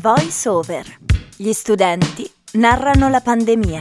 Voice Over. Gli studenti narrano la pandemia.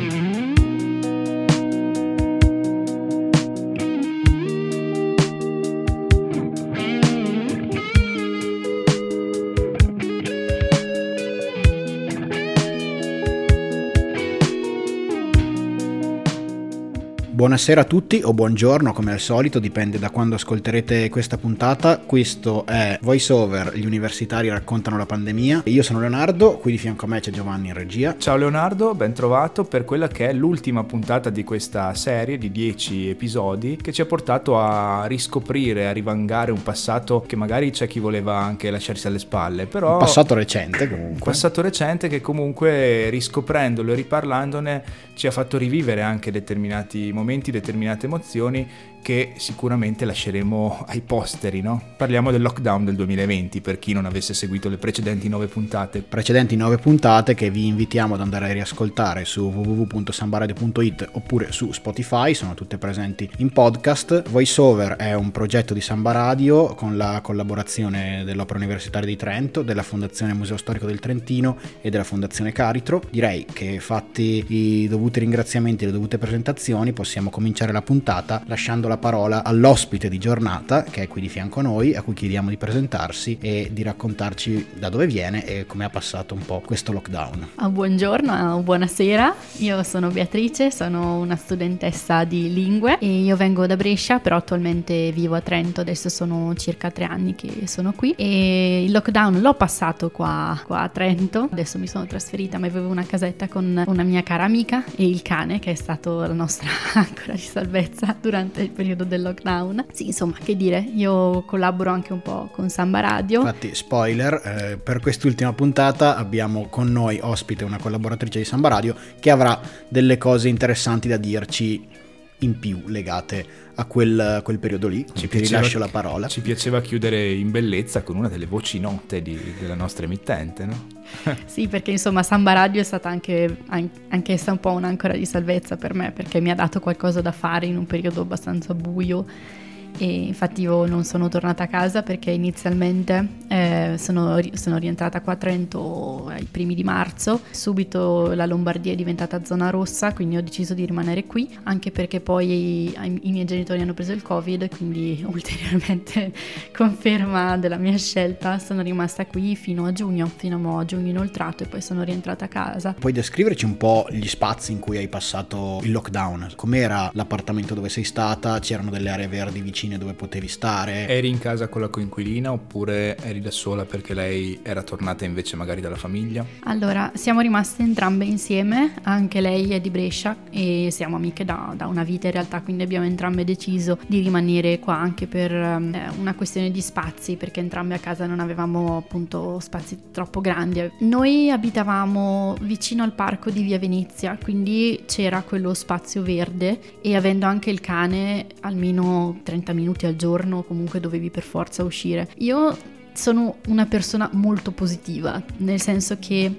Buonasera a tutti o buongiorno, come al solito, dipende da quando ascolterete questa puntata. Questo è Voice Over, gli universitari raccontano la pandemia. Io sono Leonardo, qui di fianco a me c'è Giovanni in regia. Ciao Leonardo, ben trovato per quella che è l'ultima puntata di questa serie di 10 episodi che ci ha portato a riscoprire, a rivangare un passato che magari c'è chi voleva anche lasciarsi alle spalle, però Un passato recente comunque. Un passato recente che comunque, riscoprendolo e riparlandone, ci ha fatto rivivere anche determinati momenti, determinate emozioni che sicuramente lasceremo ai posteri, no? Parliamo del lockdown del 2020 per chi non avesse seguito le precedenti 9 puntate. Precedenti 9 puntate che vi invitiamo ad andare a riascoltare su www.sambaradio.it oppure su Spotify, sono tutte presenti in podcast. VoiceOver è un progetto di Samba Radio con la collaborazione dell'Opera Universitaria di Trento, della Fondazione Museo Storico del Trentino e della Fondazione Caritro. Direi che fatti i dovuti ringraziamenti e le dovute presentazioni possiamo cominciare la puntata lasciando la parola all'ospite di giornata che è qui di fianco a noi, a cui chiediamo di presentarsi e di raccontarci da dove viene e come ha passato un po' questo lockdown. Buongiorno, buonasera, io sono Beatrice, sono una studentessa di lingue e io vengo da Brescia, però attualmente vivo a Trento, adesso sono circa 3 anni che sono qui e il lockdown l'ho passato qua a Trento, adesso mi sono trasferita ma avevo una casetta con una mia cara amica e il cane che è stato la nostra ancora di salvezza durante il periodo del lockdown. Sì, insomma, che dire, io collaboro anche un po' con Samba Radio. Infatti, spoiler, per quest'ultima puntata abbiamo con noi ospite una collaboratrice di Samba Radio che avrà delle cose interessanti da dirci in più legate a quel periodo lì. Ti rilascio la parola. Ci piaceva chiudere in bellezza con una delle voci note della nostra emittente, no? Sì, perché insomma Samba Radio è stata anche essa un po' un'ancora di salvezza per me, perché mi ha dato qualcosa da fare in un periodo abbastanza buio. E infatti io non sono tornata a casa perché inizialmente sono rientrata qua a Trento ai primi di marzo, subito la Lombardia è diventata zona rossa, quindi ho deciso di rimanere qui, anche perché poi i miei genitori hanno preso il Covid, quindi ulteriormente conferma della mia scelta, sono rimasta qui fino a giugno inoltrato e poi sono rientrata a casa. Puoi descriverci un po' gli spazi in cui hai passato il lockdown? Com'era l'appartamento dove sei stata? C'erano delle aree verdi vicine dove potevi stare? Eri in casa con la coinquilina oppure eri da sola perché lei era tornata invece magari dalla famiglia? Allora, siamo rimaste entrambe insieme, anche lei è di Brescia e siamo amiche da una vita in realtà, quindi abbiamo entrambe deciso di rimanere qua anche per una questione di spazi, perché entrambe a casa non avevamo appunto spazi troppo grandi. Noi abitavamo vicino al parco di Via Venezia, quindi c'era quello spazio verde e avendo anche il cane almeno 30 minuti al giorno comunque dovevi per forza uscire. Io sono una persona molto positiva, nel senso che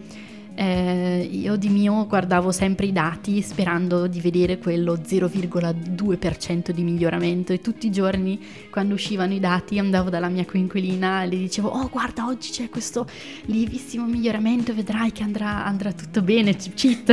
io di mio guardavo sempre i dati sperando di vedere quello 0,2% di miglioramento e tutti i giorni quando uscivano i dati andavo dalla mia coinquilina e le dicevo oh guarda oggi c'è questo lievissimo miglioramento, vedrai che andrà tutto bene, cheat.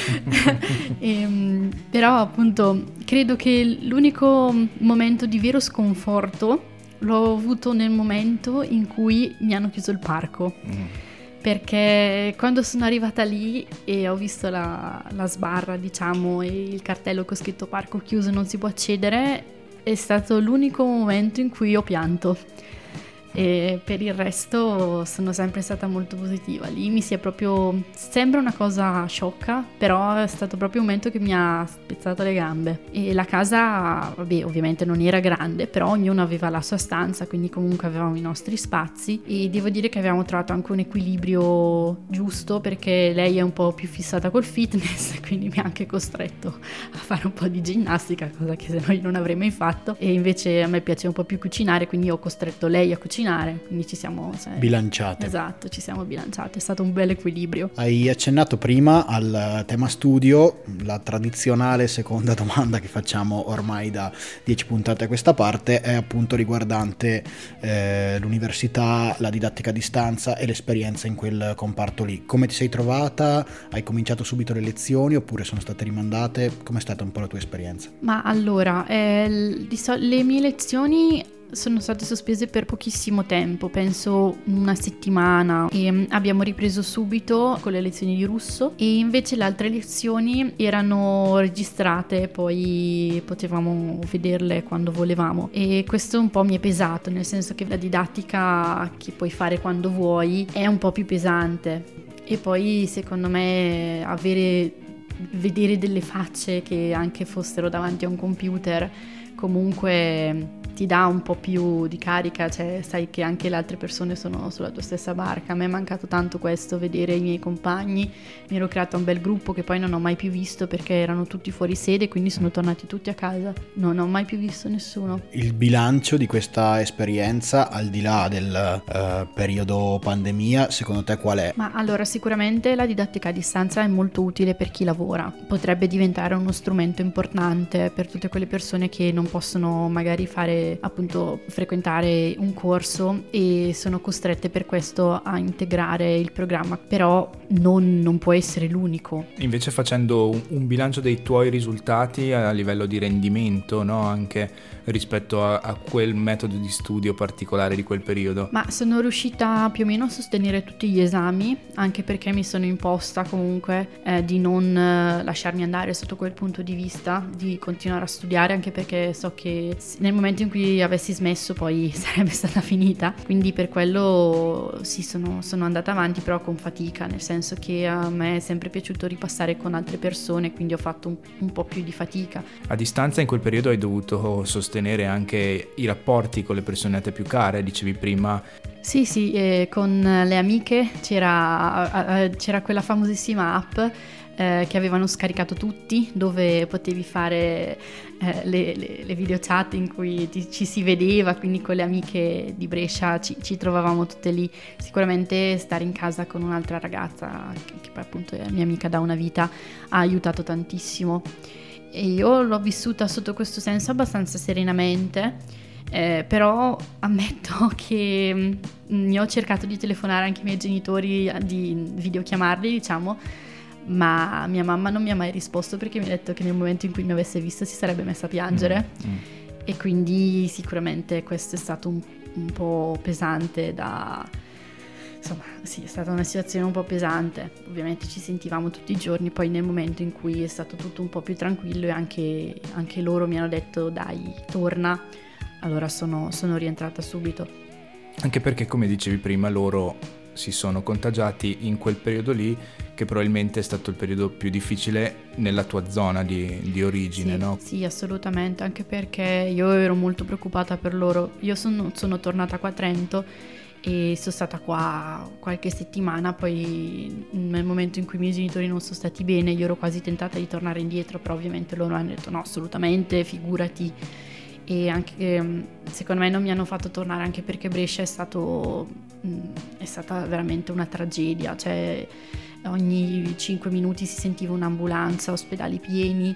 Però appunto credo che l'unico momento di vero sconforto l'ho avuto nel momento in cui mi hanno chiuso il parco. Perché quando sono arrivata lì e ho visto la sbarra, diciamo, e il cartello con scritto parco chiuso, non si può accedere, è stato l'unico momento in cui ho pianto. E per il resto sono sempre stata molto positiva. Lì mi si è proprio... sembra una cosa sciocca, però è stato proprio un momento che mi ha spezzato le gambe. E la casa, vabbè, ovviamente non era grande, però ognuno aveva la sua stanza, quindi comunque avevamo i nostri spazi e devo dire che abbiamo trovato anche un equilibrio giusto, perché lei è un po' più fissata col fitness, quindi mi ha anche costretto a fare un po' di ginnastica, cosa che se no io non avrei mai fatto, e invece a me piace un po' più cucinare, quindi ho costretto lei a cucinare cucinare, quindi ci siamo bilanciate. Esatto, ci siamo bilanciate, è stato un bel equilibrio. Hai accennato prima al tema studio, la tradizionale seconda domanda che facciamo ormai da 10 puntate a questa parte è appunto riguardante l'università, la didattica a distanza e l'esperienza in quel comparto lì. Come ti sei trovata? Hai cominciato subito le lezioni oppure sono state rimandate? Com'è stata un po' la tua esperienza? Ma allora, le mie lezioni sono state sospese per pochissimo tempo, penso una settimana, e abbiamo ripreso subito con le lezioni di russo, e invece le altre lezioni erano registrate, poi potevamo vederle quando volevamo, e questo un po' mi è pesato, nel senso che la didattica che puoi fare quando vuoi è un po' più pesante, e poi secondo me vedere delle facce che anche fossero davanti a un computer comunque ti dà un po' più di carica, cioè sai che anche le altre persone sono sulla tua stessa barca. A me è mancato tanto questo, vedere i miei compagni. Mi ero creata un bel gruppo che poi non ho mai più visto perché erano tutti fuori sede, quindi sono tornati tutti a casa, non ho mai più visto nessuno. Il bilancio di questa esperienza, al di là del periodo pandemia, secondo te qual è? Ma allora, sicuramente la didattica a distanza è molto utile per chi lavora, potrebbe diventare uno strumento importante per tutte quelle persone che non possono magari frequentare un corso e sono costrette per questo a integrare il programma, però non può essere l'unico. Invece, facendo un bilancio dei tuoi risultati a livello di rendimento, no? Anche rispetto a quel metodo di studio particolare di quel periodo. Ma sono riuscita più o meno a sostenere tutti gli esami, anche perché mi sono imposta comunque di non lasciarmi andare sotto quel punto di vista, di continuare a studiare, anche perché so che nel momento in cui avessi smesso poi sarebbe stata finita, quindi per quello sì, sono andata avanti, però con fatica, nel senso che a me è sempre piaciuto ripassare con altre persone, quindi ho fatto un po' più di fatica. A distanza in quel periodo hai dovuto sostenere anche i rapporti con le persone a te più care, dicevi prima. Sì, con le amiche c'era quella famosissima app che avevano scaricato tutti, dove potevi fare le video chat in cui ci si vedeva, quindi con le amiche di Brescia ci trovavamo tutte lì. Sicuramente stare in casa con un'altra ragazza, che poi appunto è mia amica da una vita, ha aiutato tantissimo, e io l'ho vissuta sotto questo senso abbastanza serenamente. Però ammetto che mi ho cercato di telefonare anche ai miei genitori, di videochiamarli, diciamo, ma mia mamma non mi ha mai risposto perché mi ha detto che nel momento in cui mi avesse visto si sarebbe messa a piangere. E quindi sicuramente questo è stato un po' pesante insomma, sì, è stata una situazione un po' pesante. Ovviamente ci sentivamo tutti i giorni, poi nel momento in cui è stato tutto un po' più tranquillo e anche loro mi hanno detto dai, torna, allora sono rientrata subito. Anche perché, come dicevi prima, loro si sono contagiati in quel periodo lì, che probabilmente è stato il periodo più difficile nella tua zona di origine, sì, no? Sì, assolutamente, anche perché io ero molto preoccupata per loro. Io sono tornata qua a Trento e sono stata qua qualche settimana, poi nel momento in cui i miei genitori non sono stati bene io ero quasi tentata di tornare indietro, però ovviamente loro hanno detto no, assolutamente, figurati. E anche secondo me non mi hanno fatto tornare, anche perché Brescia è stata veramente una tragedia, cioè ogni 5 minuti si sentiva un'ambulanza, ospedali pieni,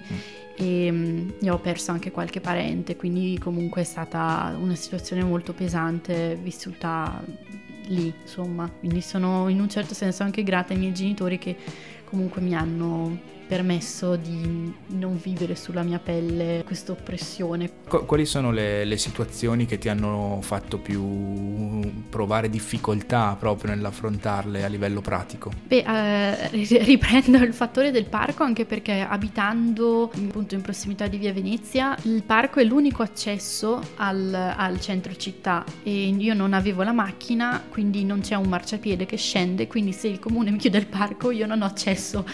e io ho perso anche qualche parente, quindi comunque è stata una situazione molto pesante vissuta lì, insomma. Quindi sono in un certo senso anche grata ai miei genitori che comunque mi hanno permesso di non vivere sulla mia pelle questa oppressione. Quali sono le situazioni che ti hanno fatto più provare difficoltà proprio nell'affrontarle a livello pratico? Riprendo il fattore del parco, anche perché abitando appunto in prossimità di Via Venezia, il parco è l'unico accesso al centro città e io non avevo la macchina, quindi non c'è un marciapiede che scende, quindi se il comune mi chiude il parco io non ho accesso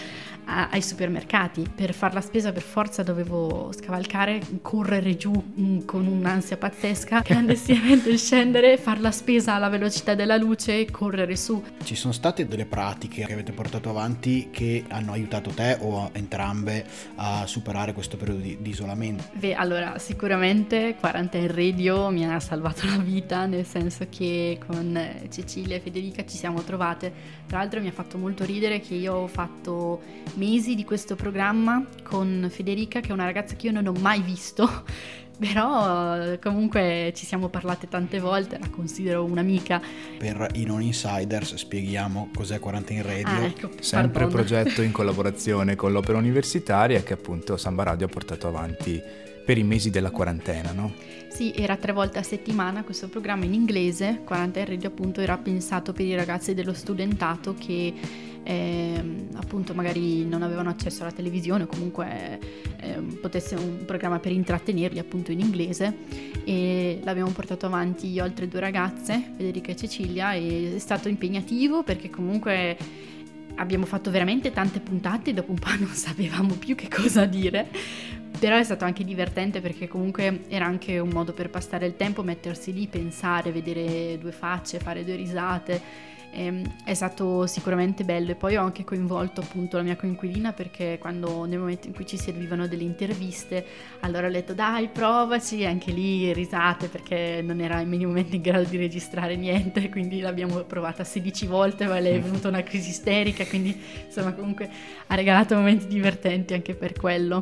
ai supermercati. Per fare la spesa per forza dovevo scavalcare, correre giù con un'ansia pazzesca, clandestinamente scendere, fare la spesa alla velocità della luce e correre su. Ci sono state delle pratiche che avete portato avanti che hanno aiutato te o entrambe a superare questo periodo di isolamento? Beh, allora sicuramente Quarantine Radio mi ha salvato la vita, nel senso che con Cecilia e Federica ci siamo trovate. Tra l'altro mi ha fatto molto ridere che io ho fatto mesi di questo programma con Federica, che è una ragazza che io non ho mai visto, però comunque ci siamo parlate tante volte, la considero un'amica. Per i non insiders spieghiamo cos'è Quarantine Radio. Ecco, Sempre pardon. progetto in collaborazione con l'Opera Universitaria che appunto Samba Radio ha portato avanti per i mesi della quarantena, no? Sì, era 3 volte a settimana questo programma in inglese. Quarantine Radio appunto era pensato per i ragazzi dello studentato che appunto magari non avevano accesso alla televisione o comunque potesse un programma per intrattenerli appunto in inglese, e l'abbiamo portato avanti io e altre 2 ragazze, Federica e Cecilia, e è stato impegnativo perché comunque abbiamo fatto veramente tante puntate e dopo un po' non sapevamo più che cosa dire, però è stato anche divertente perché comunque era anche un modo per passare il tempo, mettersi lì, pensare, vedere 2 facce, fare 2 risate. È stato sicuramente bello, e poi ho anche coinvolto appunto la mia coinquilina, perché quando nel momento in cui ci servivano delle interviste allora ho detto dai provaci, anche lì risate perché non era minimamente in grado di registrare niente, quindi l'abbiamo provata 16 volte ma lei è venuta una crisi isterica, quindi insomma comunque ha regalato momenti divertenti anche per quello.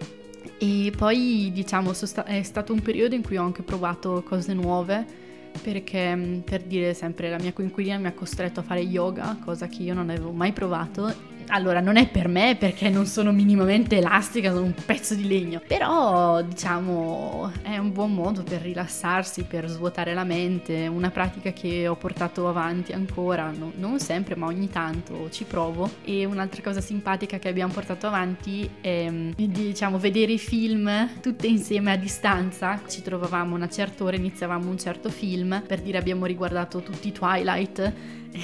E poi diciamo è stato un periodo in cui ho anche provato cose nuove, perché per dire sempre la mia coinquilina mi ha costretto a fare yoga, cosa che io non avevo mai provato. Allora non è per me perché non sono minimamente elastica, sono un pezzo di legno, però diciamo è un buon modo per rilassarsi, per svuotare la mente, una pratica che ho portato avanti ancora, non sempre ma ogni tanto ci provo. E un'altra cosa simpatica che abbiamo portato avanti è diciamo vedere i film tutte insieme a distanza. Ci trovavamo una certa ora, iniziavamo un certo film, per dire abbiamo riguardato tutti i Twilight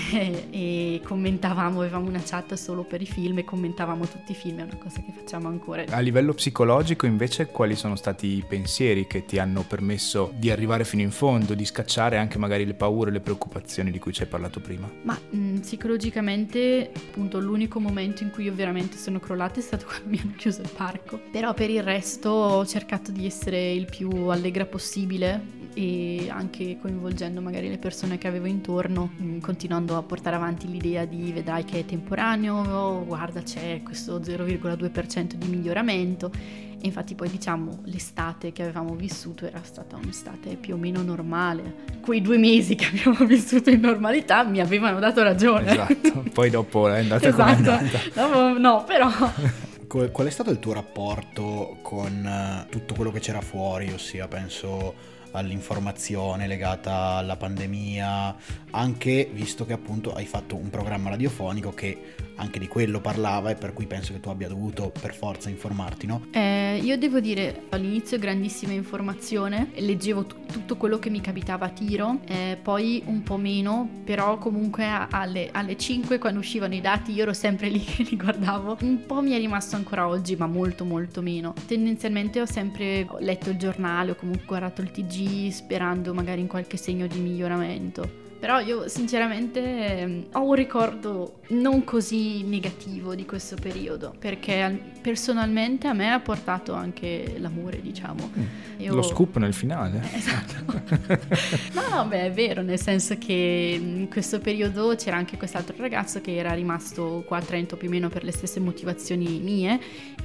e commentavamo, avevamo una chat solo per i film e commentavamo tutti i film, è una cosa che facciamo ancora. A livello psicologico invece quali sono stati i pensieri che ti hanno permesso di arrivare fino in fondo, di scacciare anche magari le paure, le preoccupazioni di cui ci hai parlato prima? Ma psicologicamente appunto l'unico momento in cui io veramente sono crollata è stato quando mi hanno chiuso il parco, però per il resto ho cercato di essere il più allegra possibile e anche coinvolgendo magari le persone che avevo intorno, continuando a portare avanti l'idea di vedrai che è temporaneo, guarda c'è questo 0,2% di miglioramento. E infatti poi diciamo l'estate che avevamo vissuto era stata un'estate più o meno normale, quei 2 mesi che abbiamo vissuto in normalità mi avevano dato ragione. Esatto, poi dopo è andata come è andata. No, però Qual è stato il tuo rapporto con tutto quello che c'era fuori, ossia penso all'informazione legata alla pandemia, anche visto che appunto hai fatto un programma radiofonico che anche di quello parlava e per cui penso che tu abbia dovuto per forza informarti, no? Io devo dire all'inizio grandissima informazione, leggevo tutto quello che mi capitava a tiro, poi un po' meno, però comunque alle 5 quando uscivano i dati io ero sempre lì che li guardavo. Un po' mi è rimasto ancora oggi, ma molto molto meno. Tendenzialmente ho sempre letto il giornale o comunque guardato il TG sperando magari in qualche segno di miglioramento. Però io sinceramente ho un ricordo non così negativo di questo periodo, perché personalmente a me ha portato anche l'amore, diciamo. Lo scoop nel finale. Esatto. No, beh, è vero, nel senso che in questo periodo c'era anche quest'altro ragazzo che era rimasto qua a Trento più o meno per le stesse motivazioni mie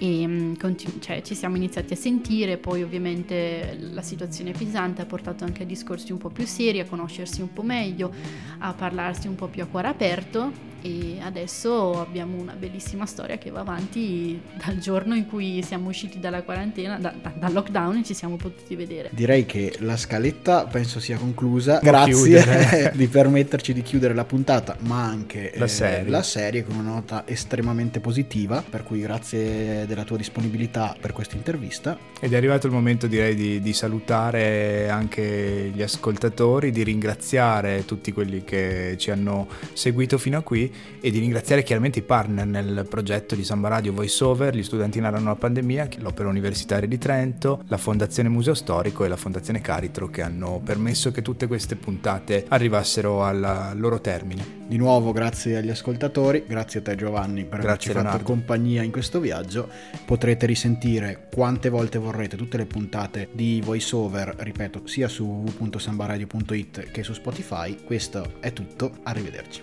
e cioè, ci siamo iniziati a sentire, poi ovviamente la situazione pesante ha portato anche a discorsi un po' più seri, a conoscersi un po' meglio, a parlarsi un po' più a cuore aperto, e adesso abbiamo una bellissima storia che va avanti dal giorno in cui siamo usciti dalla quarantena, dal lockdown, e ci siamo potuti vedere. Direi che la scaletta penso sia conclusa. Grazie di permetterci di chiudere la puntata, ma anche la serie con una nota estremamente positiva, per cui grazie della tua disponibilità per questa intervista. Ed è arrivato il momento, direi, di salutare anche gli ascoltatori, di ringraziare tutti quelli che ci hanno seguito fino a qui e di ringraziare chiaramente i partner nel progetto di Samba Radio VoiceOver, Gli studenti narrano la pandemia, l'Opera Universitaria di Trento, la Fondazione Museo Storico e la Fondazione Caritro, che hanno permesso che tutte queste puntate arrivassero al loro termine. Di nuovo grazie agli ascoltatori, grazie a te Giovanni per averci fatto compagnia in questo viaggio. Potrete risentire quante volte vorrete tutte le puntate di VoiceOver, ripeto, sia su www.sambaradio.it che su Spotify. Questo è tutto, arrivederci.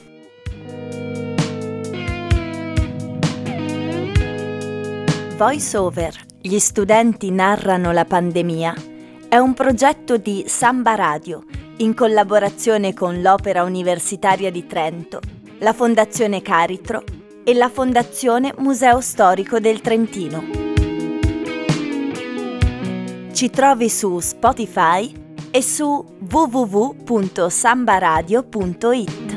VoiceOver, gli studenti narrano la pandemia, è un progetto di Samba Radio in collaborazione con l'Opera Universitaria di Trento, la Fondazione Caritro e la Fondazione Museo Storico del Trentino. Ci trovi su Spotify e su www.sambaradio.it.